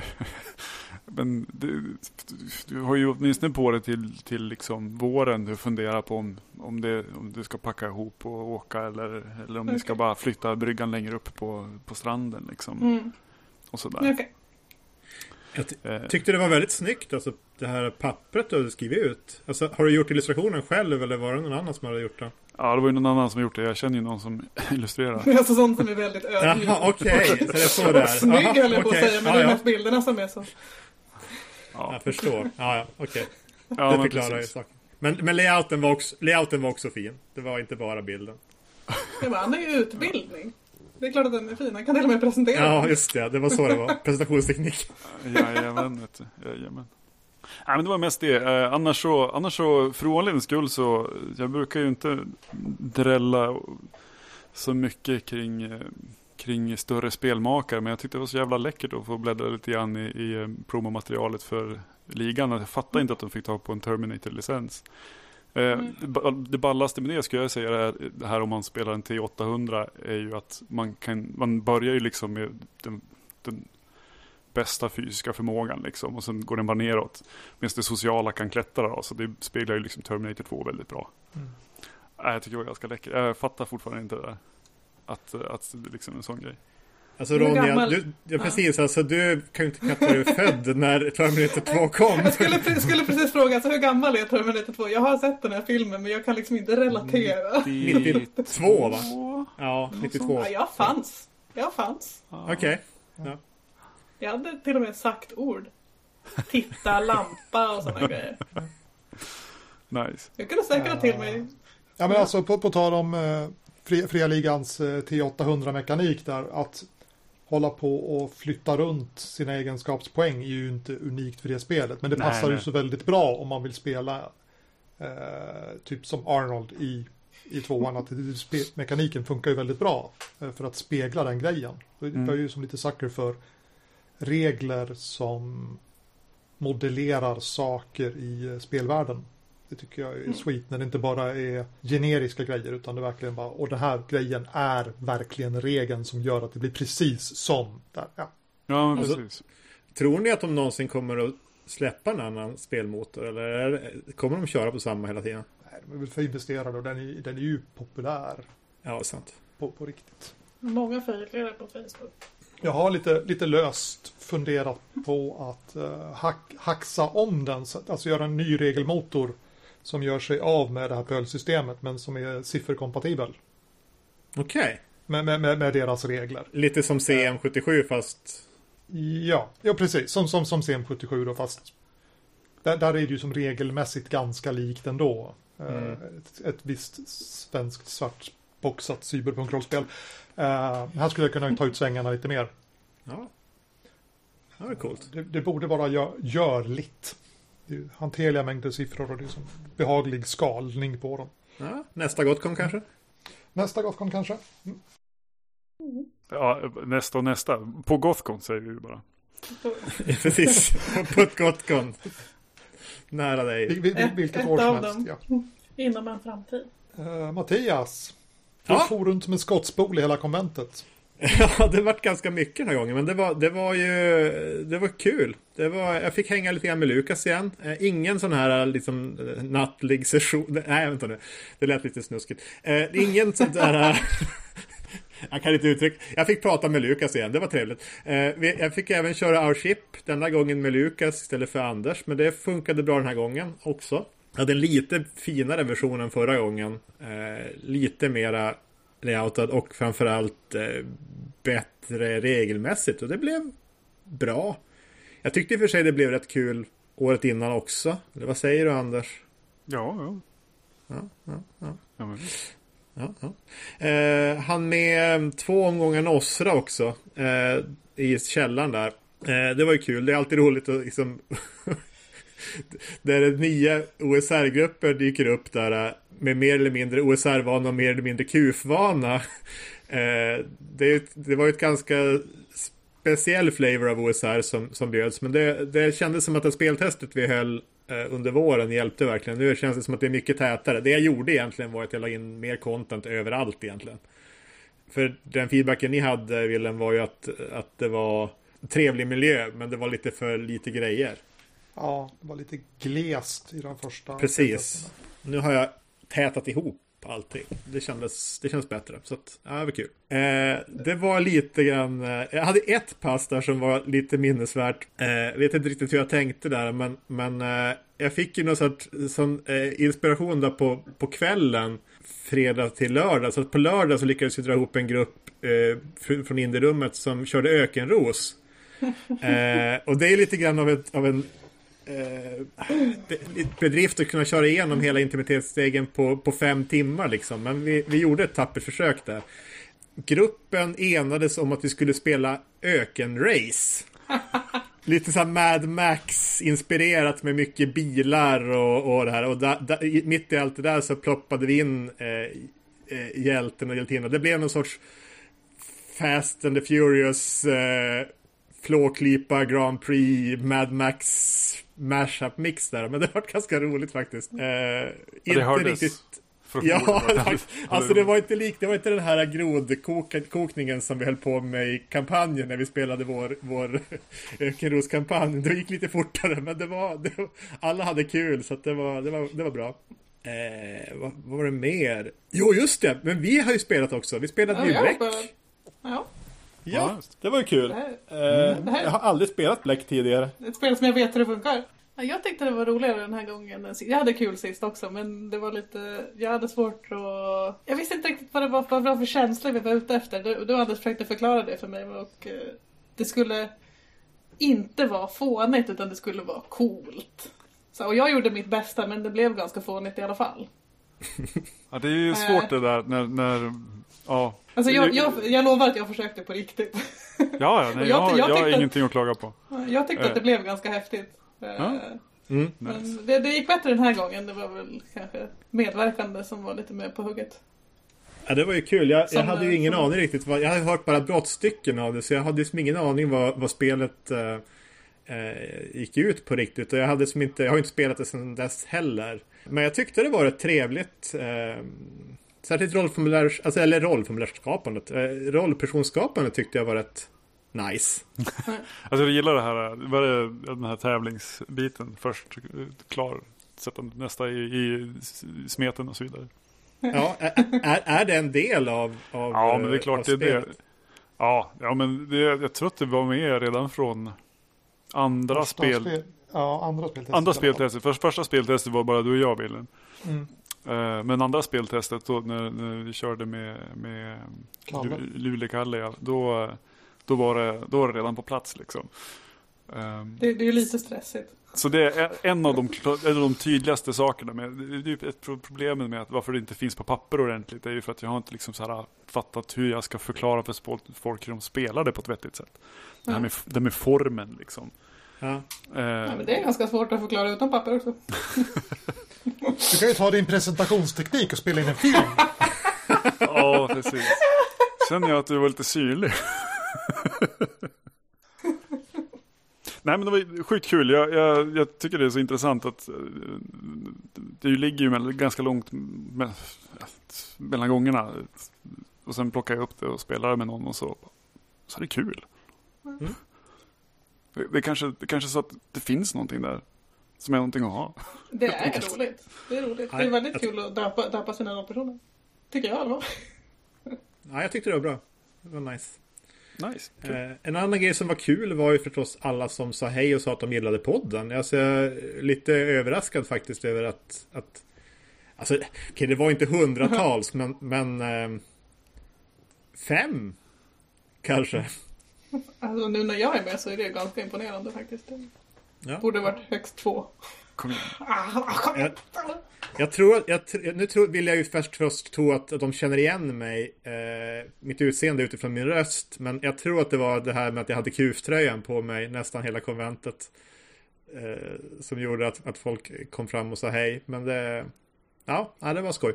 du har ju åtminstone på det till liksom våren. Du funderar på om du ska packa ihop och åka eller om ni ska bara flytta bryggan längre upp på stranden liksom. Och sådär. Okay. Jag tyckte det var väldigt snyggt, alltså det här pappret du hade skrivit ut. Alltså, har du gjort illustrationen själv eller var det någon annan som hade gjort det? Ja, det var ju någon annan som gjort det. Jag känner ju någon som illustrerar. Alltså sånt som är väldigt ödmjuk. Jaha, okej. Så det är så där. Snygg höll jag på att säga, men det är mest bilderna som är så. Ja. Jag förstår. Ja, okej. Ja, det förklarar ju saken. Men layouten var också fin. Det var inte bara bilden. Ja, men han är ju utbildning. Det är klart att den är fin. Han kan till och med presentera. Ja, just det. Det var så det var. Presentationsteknik. Jajamän, vet du. Jajamän. Nej, men det var mest det. Annars så för ovanlighetens skull så jag brukar ju inte drälla så mycket kring större spelmakare, men jag tyckte det var så jävla läckert att få bläddra lite grann i promomaterialet för ligan. Jag fattar inte att de fick ta på en Terminator-licens. Det ballaste med det skulle jag säga är det här om man spelar en T800 är ju att man börjar ju liksom med den bästa fysiska förmågan liksom, och sen går den bara neråt. Medan det sociala kan klättra då, så det speglar ju liksom Terminator 2 väldigt bra. Jag tycker det var ganska läckert. Jag fattar fortfarande inte det där. Att det liksom är en sån grej. Alltså Ronja, precis, alltså du kan ju inte knappt vara född när Terminator 2 kom. Jag skulle precis fråga, alltså, hur gammal är Terminator 2? Jag har sett den här filmen, men jag kan liksom inte relatera. 92, va? Ja, 92. Ja, jag fanns. Okej. Ja. Jag hade till och med sagt ord. Titta, lampa och sådana grejer. Nice. Jag kunde säkert till mig. Ja, men alltså på tal om Fria Ligans T800-mekanik där, att hålla på och flytta runt sina egenskapspoäng är ju inte unikt för det spelet. Men det passar ju så väldigt bra om man vill spela typ som Arnold i tvåan. Att mekaniken funkar ju väldigt bra för att spegla den grejen. Jag är ju som lite sucker för regler som modellerar saker i spelvärlden. Det tycker jag är sweet när det inte bara är generiska grejer utan det verkligen bara, och den här grejen är verkligen regeln som gör att det blir precis som där. Ja, precis. Alltså, tror ni att de någonsin kommer att släppa en annan spelmotor eller kommer de köra på samma hela tiden? Nej, de är väl för investerade och den är ju populär. Ja, sant. På riktigt. Många följare på Facebook. Jag har lite löst funderat på att haxa om den, alltså göra en ny regelmotor som gör sig av med det här pölsystemet men som är sifferkompatibel. Okej. Med deras regler. Lite som CM77 fast... Ja precis. Som CM77 då, fast där är det ju som regelmässigt ganska likt ändå. Ett visst svenskt svartboxat cyberpunk-rollspel. Här skulle jag kunna ta ut svängarna lite mer. Ja. Det är coolt. Det borde vara görligt. Det är hanterliga mängder siffror och det är som behaglig skalning på dem. Ja, nästa Gothcon kanske? Nästa Gothcon kanske. Ja, nästa. På Gothcon säger vi ju bara. Precis, på ett Gothcon. Nära dig. Vilket år som helst. Ja. Inom en framtid. Mattias. Du for runt med skottspol i hela konventet. Ja, det var ganska mycket den här gången. Men det var kul. Jag fick hänga lite grann med Lukas igen. Ingen sån här liksom nattlig session. Nej, vänta nu. Det lät lite snuskigt. Ingen sån där... Jag kan inte uttrycka. Jag fick prata med Lukas igen. Det var trevligt. Jag fick även köra Our Ship. Denna gången med Lukas istället för Anders. Men det funkade bra den här gången också. Jag hade en lite finare version än förra gången. Lite mera layoutad och framförallt bättre regelmässigt. Och det blev bra. Jag tyckte i och för sig det blev rätt kul året innan också. Eller vad säger du, Anders? Ja. Han med 2 omgångar Nosra också i källaren där. Det var ju kul. Det är alltid roligt att liksom där nya OSR-grupper dyker upp där med mer eller mindre OSR-vana och mer eller mindre QF-vana. Det var ju ett ganska speciell flavor av OSR som bjöds, men det kändes som att det speltestet vi höll under våren hjälpte verkligen. Nu känns det som att det är mycket tätare. Det jag gjorde egentligen var att jag la in mer content överallt egentligen. För den feedbacken ni hade, Willem, var ju att det var trevlig miljö, men det var lite för lite grejer. Ja, det var lite glest i den första. Precis. Nu har jag tätat ihop allting. Det känns bättre. Så att, ja, det var kul. Det var lite grann... jag hade ett pass där som var lite minnesvärt. Vet inte riktigt hur jag tänkte där. Men jag fick ju någon sån inspiration där på kvällen. Fredag till lördag. Så att på lördag så lyckades jag dra ihop en grupp från Indierummet som körde ökenros. Och det är lite grann av en bedrift att kunna köra igenom hela intimitetsstegen på 5 timmar liksom. Men vi gjorde ett tappert försök där. Gruppen enades om att vi skulle spela ökenrace. Lite så här Mad Max inspirerat med mycket bilar och det här. Och mitt i allt det där så ploppade vi in hjälten och hjältinnan. Det blev någon sorts Fast and the Furious flåklypa Grand Prix Mad Max mashup mix där, men det var ganska roligt faktiskt. Inte riktigt. Ja, alltså det var inte den här grodkokningen som vi höll på med i kampanjen när vi spelade vår ökenroskampanj. Det gick lite fortare, men alla hade kul, så att det var bra. Vad var det mer? Jo, just det, men vi har ju spelat också. Vi spelade ju Black. Ja, det var ju kul. Jag har aldrig spelat Black tidigare. Ett spel som jag vet hur det funkar. Jag tyckte det var roligare den här gången. Jag hade kul sist också, men det var lite... Jag hade svårt att... Jag visste inte riktigt vad det var för känslor vi var ute efter. Du hade försökt förklara det för mig. Och det skulle inte vara fånigt, utan det skulle vara coolt. Och jag gjorde mitt bästa, men det blev ganska fånigt i alla fall. Ja, det är ju svårt det där när ja. Alltså jag lovar att jag försökte på riktigt. Ja, nej, jag har ingenting att klaga på. Jag tyckte att det blev ganska häftigt. Men det gick bättre den här gången. Det var väl kanske medverkande som var lite mer på hugget. Ja, det var ju kul. Jag hade ju ingen aning riktigt. Jag hade hört bara brottstycken av det. Så jag hade liksom ingen aning vad spelet gick ut på riktigt. Och jag har inte spelat det sedan dess heller. Men jag tyckte det var ett trevligt... särskilt rollformulärskapandet. Rollpersonskapandet tyckte jag var rätt nice. Alltså jag gillar det här. Var det den här tävlingsbiten först klar? Sätta nästa i smeten och så vidare. Ja, är det en del av ja, men det är klart det är det. Ja, men jag tror att det var med redan från andra spel. Andra speltester. Första speltestet var bara du och jag, Willen. Men andra speltestet då, när vi körde med Luleå-Kalle, ja, då var det redan på plats liksom. Det är ju lite stressigt. Så det är en av de tydligaste sakerna med det är ju ett problem med att varför det inte finns på papper ordentligt. Det är ju för att jag har inte liksom så här fattat hur jag ska förklara för folk hur de spelar det på ett vettigt sätt. Det med formen liksom. Ja. Men det är ganska svårt att förklara utan papper också. Du kan ju ta din presentationsteknik och spela in en film. Ja, precis. Känner jag att du var lite syrlig. Nej, men det var sjukt kul. Jag tycker det är så intressant att det ligger ju ganska långt mellan gångerna. Och sen plockar jag upp det och spelar med någon och så är det kul. Det är kanske så att det finns någonting där som är någonting att ha. Det är roligt. Det är roligt. Det är väldigt kul att döpa sina rollpersoner. Tycker jag alltså. Ja, jag tyckte det var bra. Det var nice. Nice. En annan grej som var kul var ju förstås alla som sa hej och sa att de gillade podden. Jag är lite överraskad faktiskt över att alltså, okej, det var inte hundratals men 5 kanske. Alltså nu när jag är med så är det ganska imponerande faktiskt. Ja. Borde varit högst 2. Kom igen. Vill jag ju först tro att de känner igen mig, mitt utseende utifrån min röst, men jag tror att det var det här med att jag hade QF-tröjan på mig nästan hela konventet som gjorde att folk kom fram och sa hej, men det var skoj.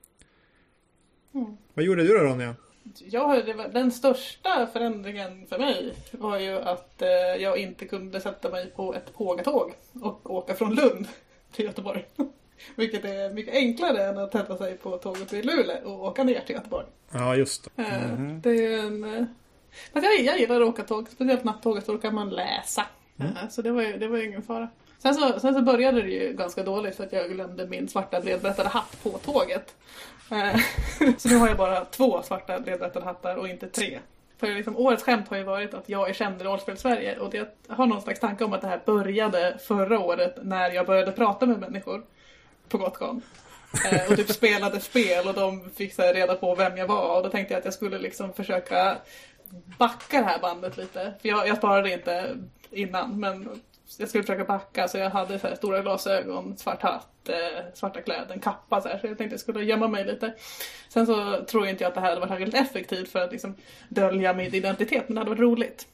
Vad gjorde du då, Ronja? Den största förändringen för mig var ju att jag inte kunde sätta mig på ett pågatåg och åka från Lund till Göteborg. Vilket är mycket enklare än att sätta sig på tåget i Luleå och åka ner till Göteborg. Ja, just det. Det är jag gillar att åka tåg. Speciellt nattåget, så då kan man läsa. Så det var ingen fara. Sen så började det ju ganska dåligt för att jag glömde min svarta bredbrättade hatt på tåget. Så nu har jag bara 2 svarta bredbrättade hattar och inte 3. För liksom, årets skämt har ju varit att jag är känd i rollspel-Sverige. Och jag har någon slags tanke om att det här började förra året när jag började prata med människor på Gotcon. Och typ spelade spel och de fick så här reda på vem jag var. Och då tänkte jag att jag skulle liksom försöka backa det här bandet lite. För jag sparade inte innan, men jag skulle försöka backa. Så jag hade så här stora glasögon, svart hatt, svarta kläder, en kappa så här. Så jag tänkte jag skulle gömma mig lite. Sen så tror jag inte att det här hade varit särskilt effektivt för att liksom dölja min identitet. Men det hade varit roligt.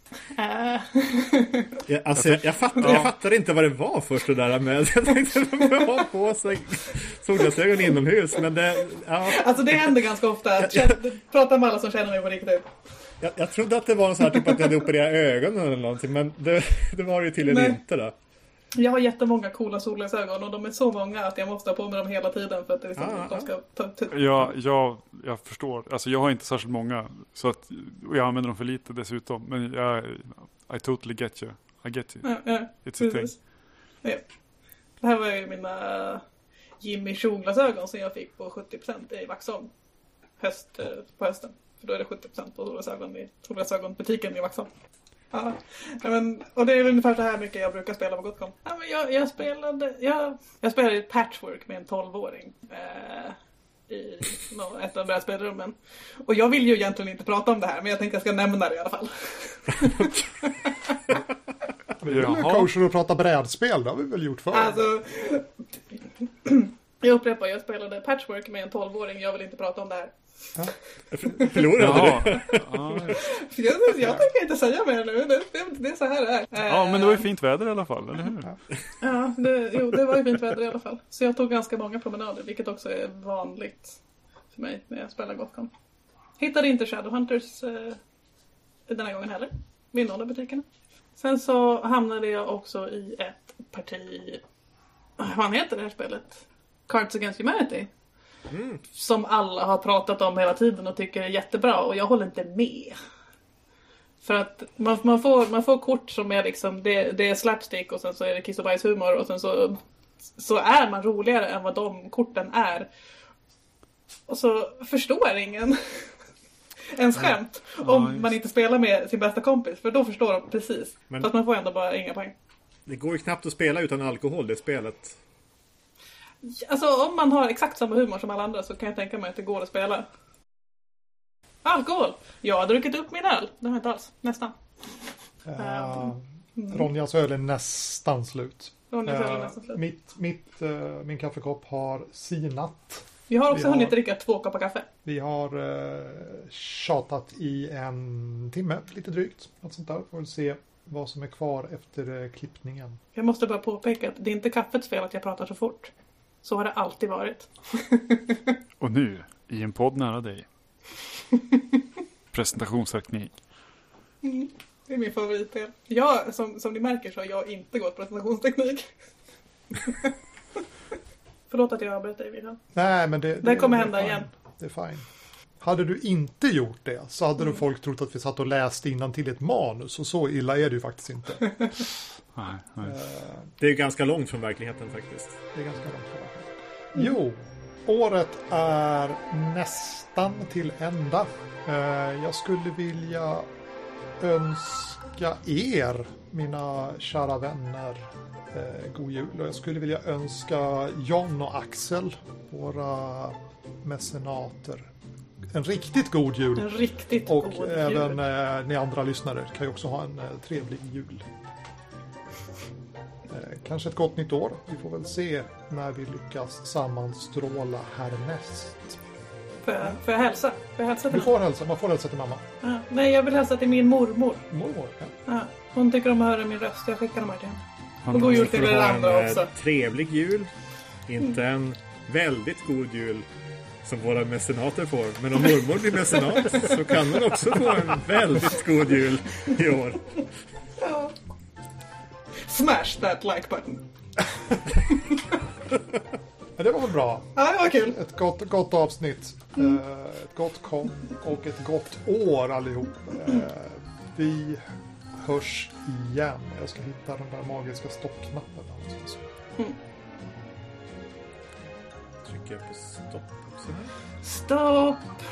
Jag fattade inte vad det var först det där med. Jag tänkte att man ha på sig solglasögon inomhus. Men Alltså det händer ganska ofta. Prata med alla som känner mig på riktigt. Jag trodde att det var en sån här typ att jag hade opererat ögonen eller någonting. Men det var det ju tydligen inte då. Jag har jättemånga coola solglasögon och de är så många att jag måste ha på mig dem hela tiden för att de ska ta jag förstår. Alltså jag har inte särskilt många så att och jag använder dem för lite dessutom, men I totally get you. I get you. It's a thing. Ja. Det här var ju mina Jimmy Choo-glasögon som jag fick på 70% i Vaxholm på hösten. För då är det 70% på solglasögon i solglasögonbutiken i Vaxholm. Ja, men, och det är ungefär så här mycket jag brukar spela på Gotcon. Ja, men jag spelade ett patchwork med en 12-åring i ett av brädspelrummen. Och jag vill ju egentligen inte prata om det här, men jag tänkte jag ska nämna det i alla fall. Det är väl kosher att prata brädspel, det har vi väl gjort förr. Alltså, Jag upprepar, jag spelade Patchwork med en 12-åring. Jag vill inte prata om det här. Förlorade du? Jag tänker inte säga mer nu. Det är så här det är. Ja, men det var ju fint väder i alla fall, eller hur? Ja, det var ju fint väder i alla fall. Så jag tog ganska många promenader, vilket också är vanligt för mig när jag spelar Gothcon. Hittade inte Shadowhunters den här gången heller. Vid någon av butikerna. Sen så hamnade jag också i ett parti... Vad heter det här spelet? Cards Against Humanity. Som alla har pratat om hela tiden och tycker är jättebra. Och jag håller inte med. För att man får kort som är liksom... Det är slapstick och sen så är det kiss och bajs humor. Och sen så är man roligare än vad de korten är. Och så förstår ingen ens skämt om man inte spelar med sin bästa kompis. För då förstår de precis. Men fast man får ändå bara inga poäng. det går ju knappt att spela utan alkohol, det spelet. Alltså om man har exakt samma humor som alla andra så kan jag tänka mig att det går att spela. Alkohol! Jag har druckit upp min öl. Det har jag inte alls. Nästan. Ronjas öl är nästan slut. Ronjas öl är nästan slut. Min kaffekopp har sinat. Vi har också hunnit dricka 2 koppar kaffe. Vi har tjatat i 1 timme, lite drygt. Något sånt där. Får väl se vad som är kvar efter klippningen. Jag måste bara påpeka att det är inte kaffets fel att jag pratar så fort. Så har det alltid varit. Och nu, i en podd nära dig. Presentationsteknik. Det är min favoritdel. Jag, som ni märker så har jag inte gått presentationsteknik. Förlåt att jag avbröt dig, Wilhelm. Nej, men det kommer hända igen. Det är fine. Hade du inte gjort det så hade du folk trott att vi satt och läste innan till ett manus. Och så illa är det ju faktiskt inte. Nej. Det är ganska långt från verkligheten faktiskt. Det är ganska långt från verkligheten. Jo, året är nästan till ända. Jag skulle vilja önska er, mina kära vänner, god jul. Och jag skulle vilja önska John och Axel, våra mecenater, en riktigt god jul. En riktigt och god jul. Och även ni andra lyssnare kan ju också ha en trevlig jul. Kanske ett gott nytt år. Vi får väl se när vi lyckas sammanstråla härnäst. Får jag hälsa? Du får hälsa. Man får hälsa till mamma. Ja. Nej, jag vill hälsa till min mormor. Mormor, ja. Ja. Hon tycker om att höra min röst. Jag skickar dem här till henne. Och god jul till er andra också. Trevlig jul. Inte en väldigt god jul som våra mecenater får. Men om mormor blir mecenat så kan hon också få en väldigt god jul i år. Ja. Smash that like button. Ja, det var väl bra. Ja, det var kul. Ett gott avsnitt. Ett gott kom och ett gott år allihop. Vi hörs igen. Jag ska hitta den där magiska stoppknappen. Trycker jag på stopp också här. Stopp.